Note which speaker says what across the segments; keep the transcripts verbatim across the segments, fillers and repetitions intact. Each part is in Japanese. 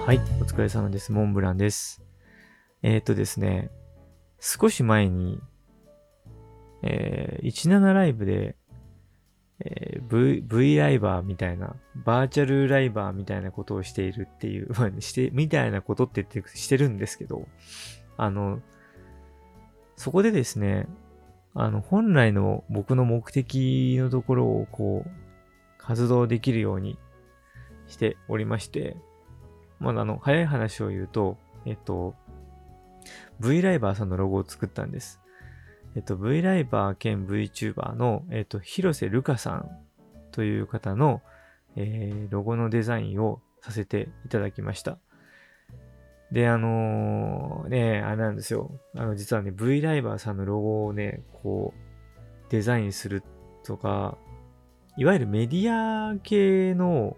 Speaker 1: はい、お疲れ様です。モンブランです。えっとですね、少し前に、えー、じゅうななライブで、えー、V、V ライバーみたいな、バーチャルライバーみたいなことをしているっていう、まあ、して、みたいなことって言ってしてるんですけど、あの、そこでですね、あの、本来の僕の目的のところを、こう、活動できるようにしておりまして、まだあの、早い話を言うと、えっと、V ライバーさんのロゴを作ったんです。えっと、V ライバー兼 VTuber の、えっと、広瀬ルカさんという方の、えー、ロゴのデザインをさせていただきました。で、あのー、ね、あれなんですよ。あの、実はね、V ライバーさんのロゴをね、こう、デザインするとか、いわゆるメディア系の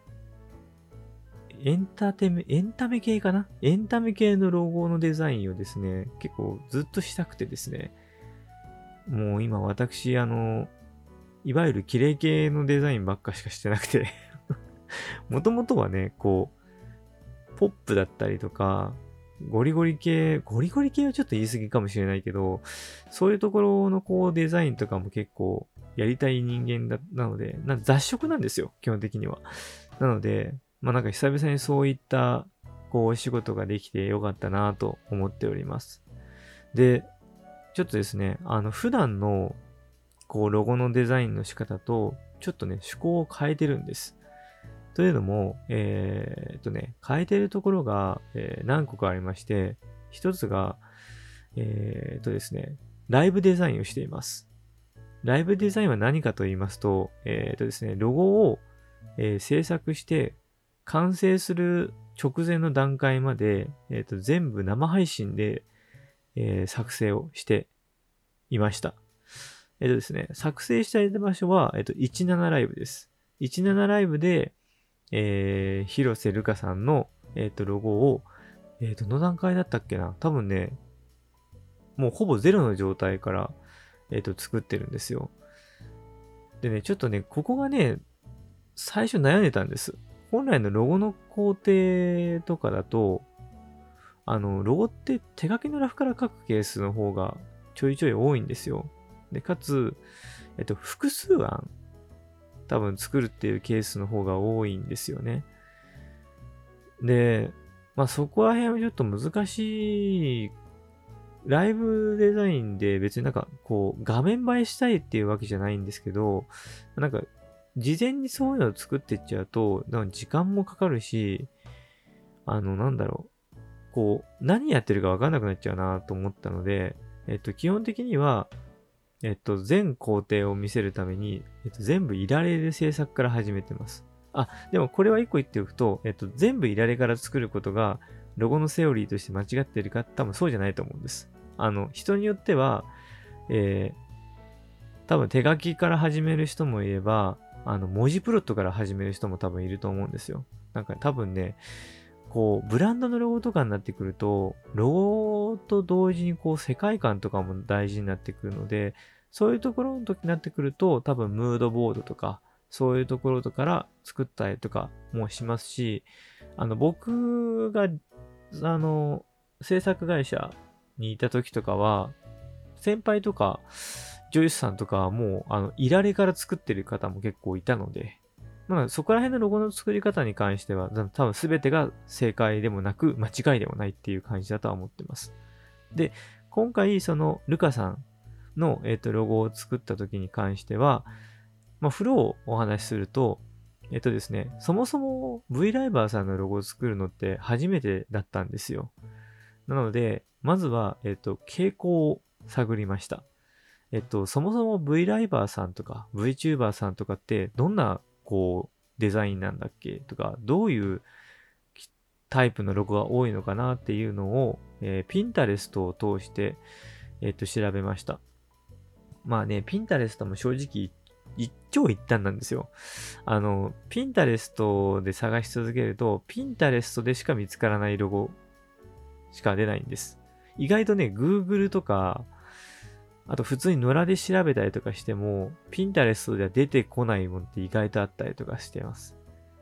Speaker 1: エンターテイメ、エンタメ系かなエンタメ系のロゴのデザインをですね、結構ずっとしたくてですね、もう今私、あの、いわゆる綺麗系のデザインばっかしかしてなくてもともとはね、こう、ポップだったりとか、ゴリゴリ系、ゴリゴリ系はちょっと言い過ぎかもしれないけど、そういうところのこうデザインとかも結構やりたい人間だ、なので、な雑食なんですよ、基本的には。なので、まあなんか久々にそういった、こう、お仕事ができてよかったなと思っております。で、ちょっとですね、あの、普段の、こう、ロゴのデザインの仕方と、ちょっとね、趣向を変えてるんです。というのも、えー、っとね、変えてるところが、えー、何個かありまして、一つが、えー、っとですね、ライブデザインをしています。ライブデザインは何かと言いますと、えー、っとですね、ロゴを、えー制作して、完成する直前の段階まで、えー、っと全部生配信で、えー作成をしていました。えっとですね、作成したい場所は、えっと、じゅうななライブです。じゅうななライブで、えー、広瀬ルカさんの、えっと、ロゴを、えー、どの段階だったっけな多分ね、もうほぼゼロの状態から、えっと、作ってるんですよ。でね、ちょっとね、ここがね、最初悩んでたんです。本来のロゴの工程とかだと、あの、ロゴって手書きのラフから書くケースの方がちょいちょい多いんですよ。で、かつ、えっと、複数案、多分作るっていうケースの方が多いんですよね。で、まあそこら辺はちょっと難しい。ライブデザインで別になんかこう画面映えしたいっていうわけじゃないんですけど、なんか事前にそういうのを作っていっちゃうと、なんか時間もかかるし、あのなんだろう、こう何やってるかわかんなくなっちゃうなと思ったので、えっと基本的には、えっと、全工程を見せるために、えっと、全部いられで制作から始めてます。あ、でもこれは一個言っておくと、えっと、全部いられから作ることが、ロゴのセオリーとして間違ってるか、多分そうじゃないと思うんです。あの、人によっては、えー、多分手書きから始める人もいれば、あの、文字プロットから始める人も多分いると思うんですよ。なんか多分ね、こう、ブランドのロゴとかになってくると、ロゴと同時にこう、世界観とかも大事になってくるので、そういうところの時になってくると、多分ムードボードとか、そういうところとから作ったりとかもしますし、あの、僕が、あの、制作会社にいた時とかは、先輩とか、女優さんとかはもう、あの、いられから作ってる方も結構いたので、まあ、そこら辺のロゴの作り方に関しては、多分全てが正解でもなく、間違いでもないっていう感じだとは思ってます。で、今回、その、ルカさんの、えっと、ロゴを作った時に関しては、まあ、フローをお話しすると、えっとですね、そもそも V ライバーさんのロゴを作るのって初めてだったんですよ。なので、まずは、えっと、傾向を探りました。えっと、そもそも V ライバーさんとか VTuber さんとかってどんなこうデザインなんだっけとか、どういうタイプのロゴが多いのかなっていうのを、えー、Pinterest を通して、えっと、調べました。まあね、Pinterest も正直一長一短なんですよ。あの、Pinterest で探し続けると、Pinterest でしか見つからないロゴしか出ないんです。意外とね、Google とか、あと普通に野良で調べたりとかしても、Pinterest では出てこないものって意外とあったりとかしてます。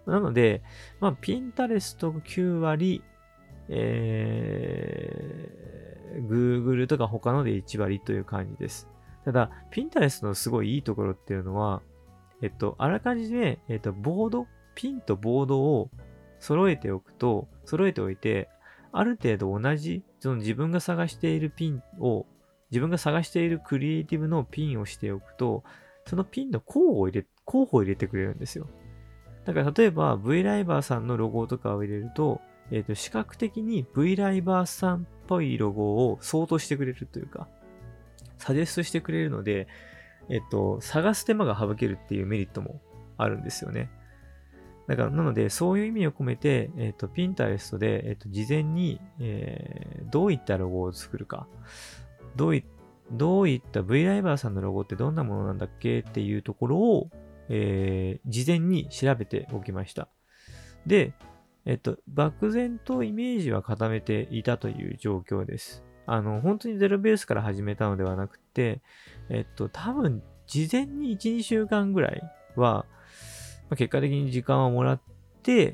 Speaker 1: なので、まあ、Pinterestきゅう割、えー、Google とか他のでいち割という感じです。ただ、Pinterest のすごいいいところっていうのは、えっと、あらかじめ、えっと、ボード、ピンとボードを揃えておくと、揃えておいて、ある程度同じ、その自分が探しているピンを、自分が探しているクリエイティブのピンをしておくと、そのピンの候補を入れ、候補を入れてくれるんですよ。だから例えば V ライバーさんのロゴとかを入れると、えっと、視覚的に V ライバーさんっぽいロゴを相当してくれるというか、サジェストしてくれるので、えっと、探す手間が省けるっていうメリットもあるんですよね。だから、なので、そういう意味を込めて、えっと、Pinterest で、えっと、事前に、えー、どういったロゴを作るか、どうい、どういった V ライバーさんのロゴってどんなものなんだっけっていうところを、えー、事前に調べておきました。で、えっと、漠然とイメージは固めていたという状況です。あの、本当にゼロベースから始めたのではなくて、えっと、多分、事前にいち、にしゅうかんぐらいは、まあ、結果的に時間をもらって、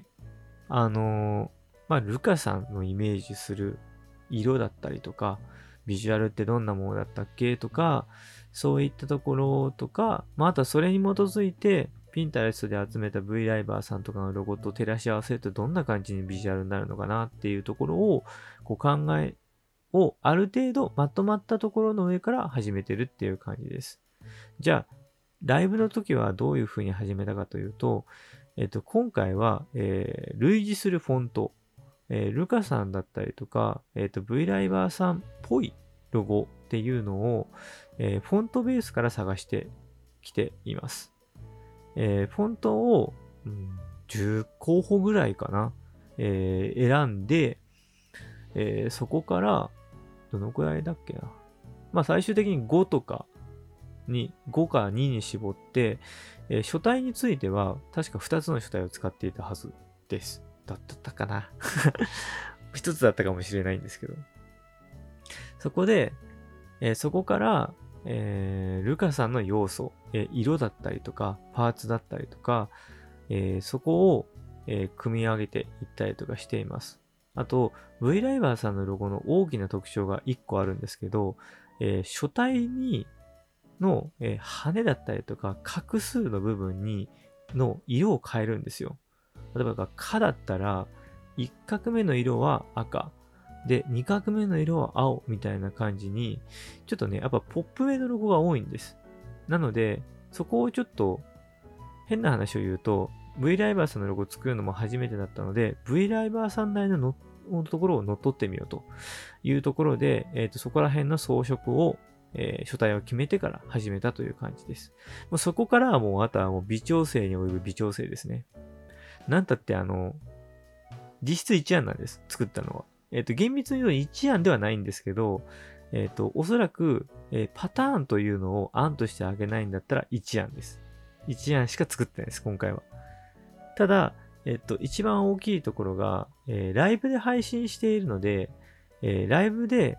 Speaker 1: あのー、まあ、ルカさんのイメージする色だったりとか、ビジュアルってどんなものだったっけとか、そういったところとか、まあ、あとはそれに基づいて、ピンタレストで集めた V ライバーさんとかのロゴと照らし合わせるとどんな感じにビジュアルになるのかなっていうところを、こう考えをある程度まとまったところの上から始めてるっていう感じです。じゃあ、ライブの時はどういう風に始めたかというと、えっと、今回は、えー、類似するフォント、えー、ルカさんだったりとか、えっと、V ライバーさんっぽいロゴっていうのを、えー、フォントベースから探してきています。えー、フォントを、うん、じゅっこうほぐらいかな、えー、選んで、えー、そこから、どのくらいだっけな。まあ最終的にごとかに、ごかにに絞って、えー、書体については、確かふたつの書体を使っていたはずです。だったかなひとつだったかもしれないんですけど。そこで、えー、そこから、えー、ルカさんの要素、えー、色だったりとか、パーツだったりとか、えー、そこを、えー、組み上げていったりとかしています。あと、V ライバーさんのロゴの大きな特徴がいっこあるんですけど、えー、書体にの、えー、羽だったりとか、画数の部分に、の色を変えるんですよ。例えば、かだったら、いっ画目の色は赤。で、に画目の色は青みたいな感じに、ちょっとね、やっぱポップめのロゴが多いんです。なので、そこをちょっと、変な話を言うと、V ライバーさんのロゴを作るのも初めてだったので、V ライバーさんなりのののところを乗っ取ってみようというところで、えっと、そこら辺の装飾を、えー、書体を決めてから始めたという感じです。もうそこからはもう、あとはもう微調整に及ぶ微調整ですね。なんたってあの、実質いち案なんです。作ったのは。えっと、厳密に言うといち案ではないんですけど、えっと、おそらく、えー、パターンというのを案としてあげないんだったらいち案です。いち案しか作ってないです、今回は。ただ、えっと、一番大きいところが、えー、ライブで配信しているので、えー、ライブで、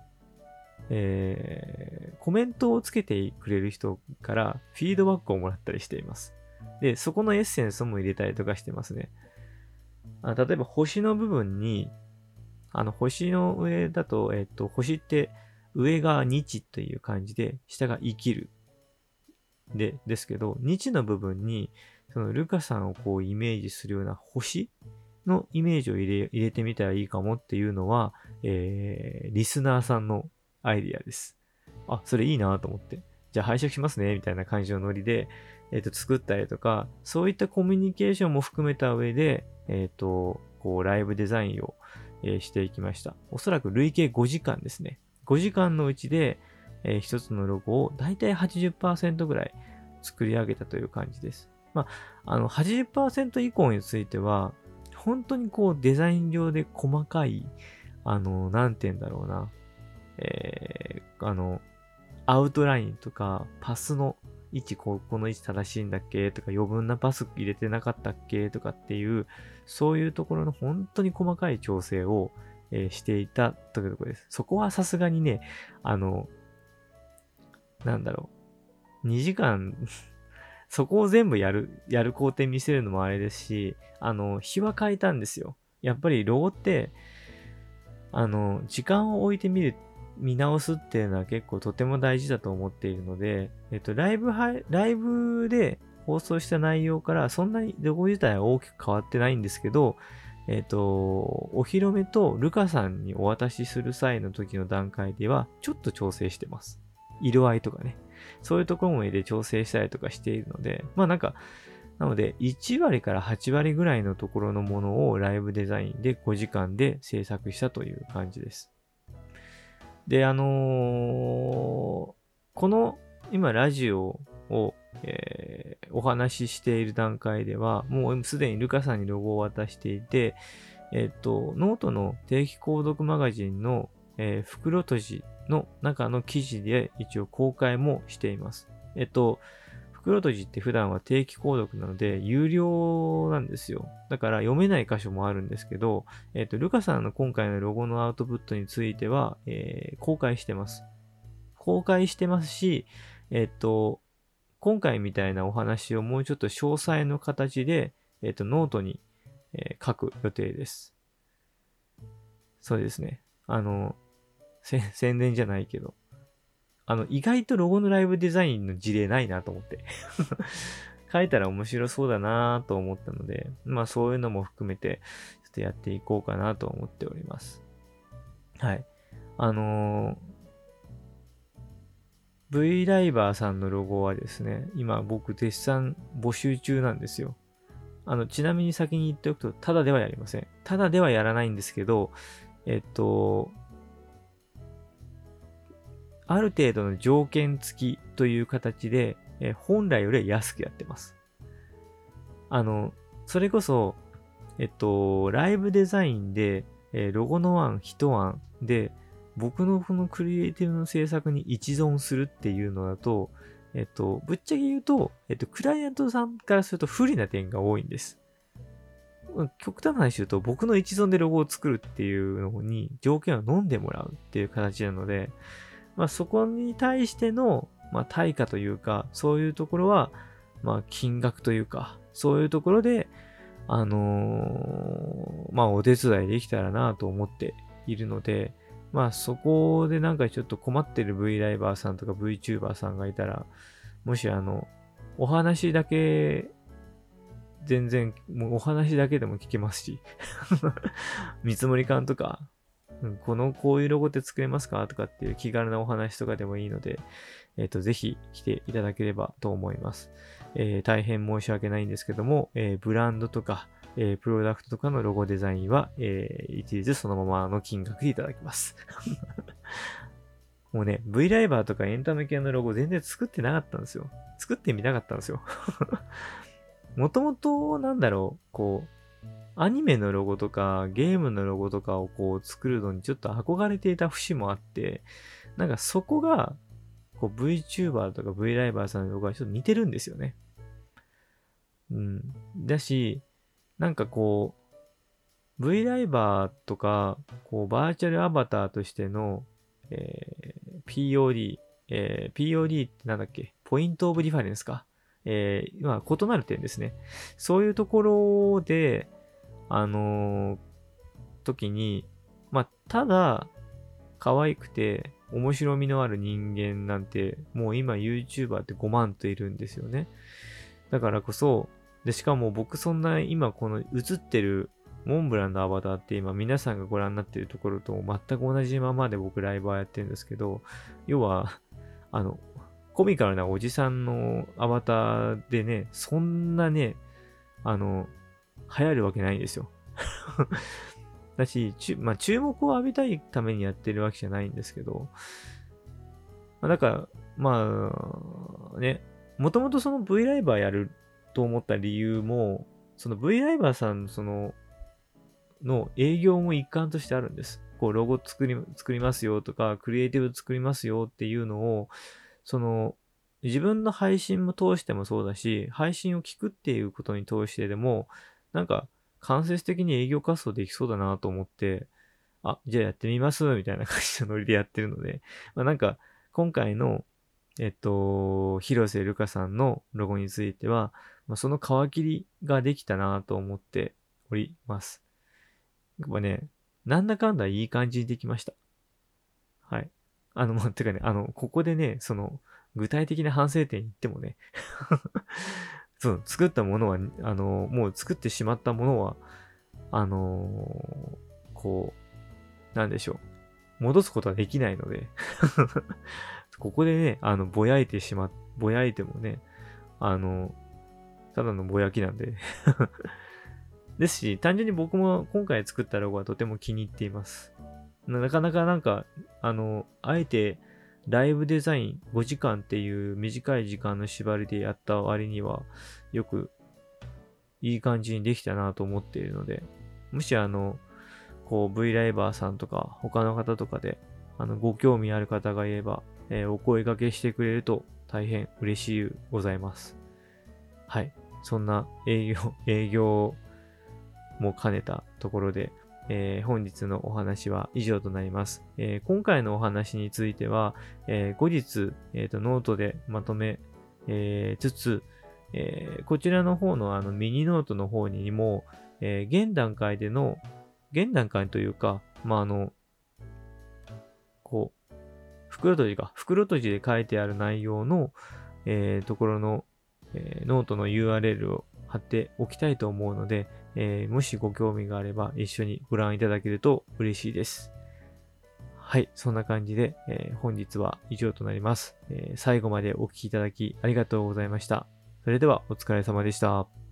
Speaker 1: えー、コメントをつけてくれる人からフィードバックをもらったりしています。で、そこのエッセンスも入れたりとかしてますね。あ例えば、星の部分に、あの、星の上だと、えっと、星って上が日という感じで、下が生きる。で、ですけど、日の部分に、そのルカさんをこうイメージするような星のイメージを入れ入れてみたらいいかもっていうのは、えー、リスナーさんのアイディアです。あ、それいいなと思って。じゃあ拝借しますね、みたいな感じのノリで、えっと、作ったりとか、そういったコミュニケーションも含めた上で、えっと、こう、ライブデザインを、えーしていきました。おそらく累計ごじかんですね。ごじかんのうちで、えー一つのロゴをだいたい はちじゅっパーセント ぐらい作り上げたという感じです。まあ、あの、はちじゅっパーセント 以降については、本当にこう、デザイン上で細かい、あの、なんて言うんだろうな、えー、あの、アウトラインとか、パスの位置、ここの位置正しいんだっけとか、余分なパス入れてなかったっけとかっていう、そういうところの本当に細かい調整を、えーしていたというところです。そこはさすがにね、あの、なんだろう、にじかんそこを全部やる、やる工程見せるのもあれですし、あの、日は変えたんですよ。やっぱりロゴって、あの、時間を置いてみる、見直すっていうのは結構とても大事だと思っているので、えっと、ライブは、ライブで放送した内容からそんなにロゴ自体は大きく変わってないんですけど、えっと、お披露目とルカさんにお渡しする際の時の段階では、ちょっと調整してます。色合いとかね。そういうところもで調整したりとかしているので、まあなんか、なので、いち割からはち割ぐらいのところのものをライブデザインでごじかんで制作したという感じです。で、あのーこの今ラジオを、えーお話ししている段階では、もうすでにルカさんにロゴを渡していて、えっと、ノートの定期購読マガジンの、えー袋閉じの中の記事で一応公開もしています。えっと、袋閉じって普段は定期購読なので有料なんですよ。だから読めない箇所もあるんですけど、えっと、ルカさんの今回のロゴのアウトプットについては、えー公開してます。公開してますし、えっと、今回みたいなお話をもうちょっと詳細の形で、えっと、ノートに、えー書く予定です。そうですね。あの、宣伝じゃないけど、あの、意外とロゴのライブデザインの事例ないなと思って。書いたら面白そうだなと思ったので、まあそういうのも含めて、ちょっとやっていこうかなと思っております。はい。あのー、V ライバーさんのロゴはですね、今僕絶賛募集中なんですよ。あの、ちなみに先に言っておくと、ただではやりません。ただではやらないんですけど、えっと、ある程度の条件付きという形で、えー本来より安くやってます。あの、それこそ、えっと、ライブデザインで、えーロゴの案、一案で、僕のこのクリエイティブの制作に一存するっていうのだと、えっと、ぶっちゃけ言うと、えっと、クライアントさんからすると不利な点が多いんです。極端な話言うと、僕の一存でロゴを作るっていうのに条件を飲んでもらうっていう形なので、まあそこに対しての、まあ対価というか、そういうところは、まあ金額というか、そういうところで、あのーまあお手伝いできたらなと思っているので、まあそこでなんかちょっと困ってる V ライバーさんとか VTuber さんがいたら、もしあの、お話だけ、全然、もうお話だけでも聞けますし、見積もり感とか、うん、この、こういうロゴって作れますかとかっていう気軽なお話とかでもいいので、えっと、ぜひ来ていただければと思います。えー大変申し訳ないんですけども、えーブランドとか、えープロダクトとかのロゴデザインは、えー一律そのままの金額でいただきます。もうね、V ライバーとかエンタメ系のロゴ全然作ってなかったんですよ。作ってみたかったんですよ。もともと、なんだろう、こう、アニメのロゴとかゲームのロゴとかをこう作るのにちょっと憧れていた節もあって、なんかそこが、こう VTuber とか V ライバーさんのロゴがちょっと似てるんですよね。うん。だし、なんかこう、V ライバーとか、こう、バーチャルアバターとしての、えー ピーオーディー、えー ピーオーディー ってなんだっけポイントオブリファレンスか。えー、まあ、異なる点ですね。そういうところで、あのー時に、まあ、ただ、可愛くて、面白みのある人間なんて、もう今 YouTuber ってごまんといるんですよね。だからこそ、で、しかも僕そんな今この映ってるモンブランのアバターって今皆さんがご覧になってるところと全く同じままで僕ライバーやってるんですけど、要は、あの、コミカルなおじさんのアバターでね、そんなね、あの、流行るわけないんですよ。だし、ちゅまあ、注目を浴びたいためにやってるわけじゃないんですけど、まあ、だから、まあ、ね、もともとその V ライバーやると思った理由も、その V ライバーさんその、の営業も一環としてあるんです。こう、ロゴ作り、作りますよとか、クリエイティブ作りますよっていうのを、その、自分の配信も通してもそうだし、配信を聞くっていうことに通してでも、なんか、間接的に営業活動できそうだなと思って、あ、じゃあやってみます、みたいな感じのノリでやってるので、まあなんか、今回の、 えっと、広瀬ルカさんのロゴについては、まあ、その皮切りができたなと思っております。やっぱね、なんだかんだいい感じにできました。はい。あの、まあ、てかね、あの、ここでね、その、具体的な反省点言ってもねそう、作ったものは、あの、もう作ってしまったものは、あのこう、なんでしょう。戻すことはできないのでここでね、あの、ぼやいてしま、ぼやいてもね、あの、ただのぼやきなんでですし、単純に僕も今回作ったロゴはとても気に入っています。なかなかなんか、あの、あえてライブデザインごじかんっていう短い時間の縛りでやった割には、よくいい感じにできたなと思っているので、もしあの、こう V ライバーさんとか他の方とかで、あの、ご興味ある方がいれば、えーお声掛けしてくれると大変嬉しいございます。はい。そんな営業、営業も兼ねたところで、えー本日のお話は以上となります。えー今回のお話については、えー後日、えーと、ノートでまとめ、えーつつ、えーこちらの方のあのミニノートの方にも、えー現段階での、現段階というか、まあ、あの、こう、袋閉じか、袋閉じで書いてある内容の、えーところの、えーノートの ユーアールエル を貼っておきたいと思うので、えーもしご興味があれば一緒にご覧いただけると嬉しいです。はい、そんな感じで、えー本日は以上となります、えー最後までお聞きいただきありがとうございました。それではお疲れ様でした。